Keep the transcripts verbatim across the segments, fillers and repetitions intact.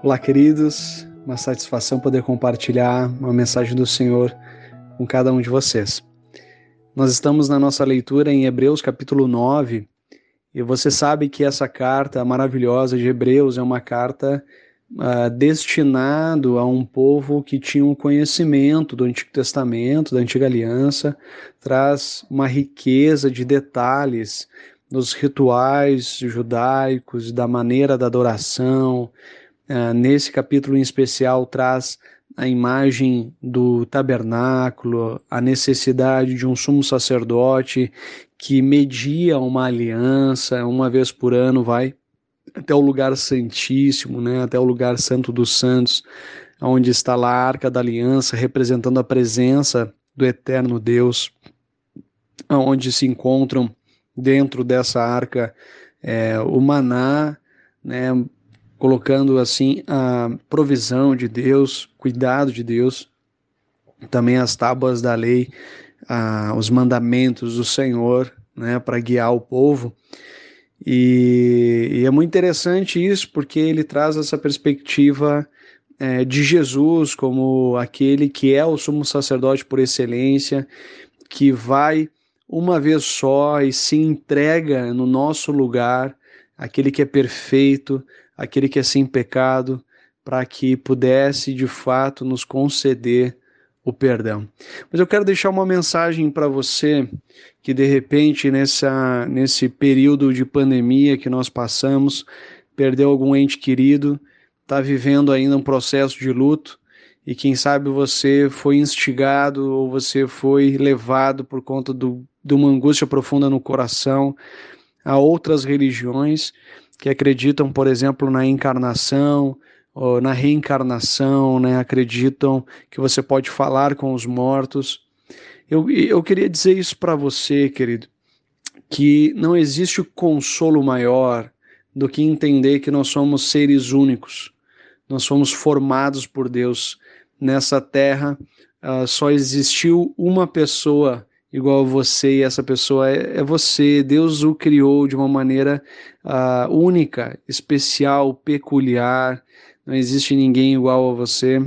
Olá, queridos, uma satisfação poder compartilhar uma mensagem do Senhor com cada um de vocês. Nós estamos na nossa leitura em Hebreus capítulo nove, e você sabe que essa carta maravilhosa de Hebreus é uma carta uh, destinada a um povo que tinha um conhecimento do Antigo Testamento, da Antiga Aliança, traz uma riqueza de detalhes dos rituais judaicos, da maneira da adoração. Uh, nesse capítulo em especial traz a imagem do tabernáculo, a necessidade de um sumo sacerdote que media uma aliança, uma vez por ano vai até o lugar santíssimo, né, até o lugar santo dos santos, onde está lá a arca da aliança, representando a presença do eterno Deus, onde se encontram dentro dessa arca é, o maná, né, colocando assim a provisão de Deus, cuidado de Deus, também as tábuas da lei, ah, os mandamentos do Senhor, né, para guiar o povo. E, e é muito interessante isso, porque ele traz essa perspectiva é, de Jesus como aquele que é o sumo sacerdote por excelência, que vai uma vez só e se entrega no nosso lugar, aquele que é perfeito, aquele que é sem pecado, para que pudesse de fato nos conceder o perdão. Mas eu quero deixar uma mensagem para você que de repente nessa, nesse período de pandemia que nós passamos, perdeu algum ente querido, está vivendo ainda um processo de luto, e quem sabe você foi instigado ou você foi levado por conta do, de uma angústia profunda no coração a outras religiões que acreditam, por exemplo, na encarnação, ou na reencarnação, né? Acreditam que você pode falar com os mortos. Eu, eu queria dizer isso para você, querido, que não existe consolo maior do que entender que nós somos seres únicos, nós somos formados por Deus. Nessa terra uh, só existiu uma pessoa igual a você, e essa pessoa é, é você. Deus o criou de uma maneira uh, única, especial, peculiar. Não existe ninguém igual a você.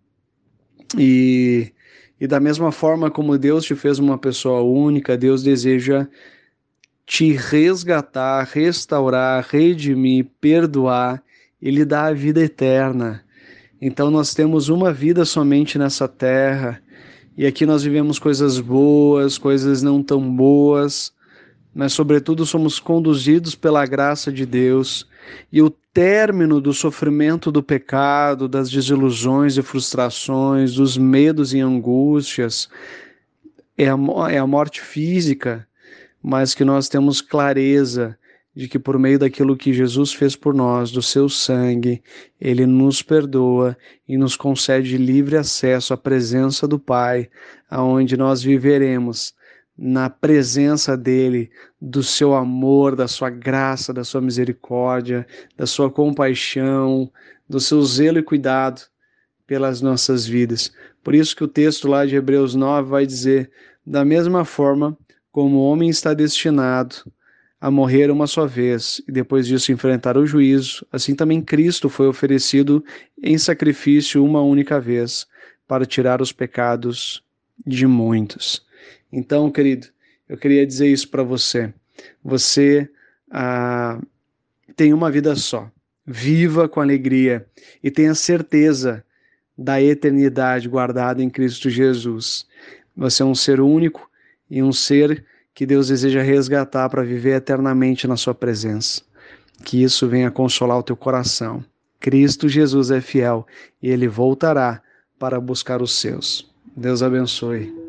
E, e da mesma forma como Deus te fez uma pessoa única, Deus deseja te resgatar, restaurar, redimir, perdoar e lhe dar a vida eterna. Então nós temos uma vida somente nessa terra, e aqui nós vivemos coisas boas, coisas não tão boas, mas sobretudo somos conduzidos pela graça de Deus, e o término do sofrimento do pecado, das desilusões e frustrações, dos medos e angústias, é a, é a morte física, mas que nós temos clareza de que por meio daquilo que Jesus fez por nós, do seu sangue, ele nos perdoa e nos concede livre acesso à presença do Pai, aonde nós viveremos na presença dele, do seu amor, da sua graça, da sua misericórdia, da sua compaixão, do seu zelo e cuidado pelas nossas vidas. Por isso que o texto lá de Hebreus nove vai dizer: da mesma forma como o homem está destinado a morrer uma só vez e depois disso enfrentar o juízo, assim também Cristo foi oferecido em sacrifício uma única vez para tirar os pecados de muitos. Então, querido, eu queria dizer isso para você. Você ah, tem uma vida só. Viva com alegria e tenha certeza da eternidade guardada em Cristo Jesus. Você é um ser único e um ser que Deus deseja resgatar para viver eternamente na sua presença. Que isso venha consolar o teu coração. Cristo Jesus é fiel e ele voltará para buscar os seus. Deus abençoe.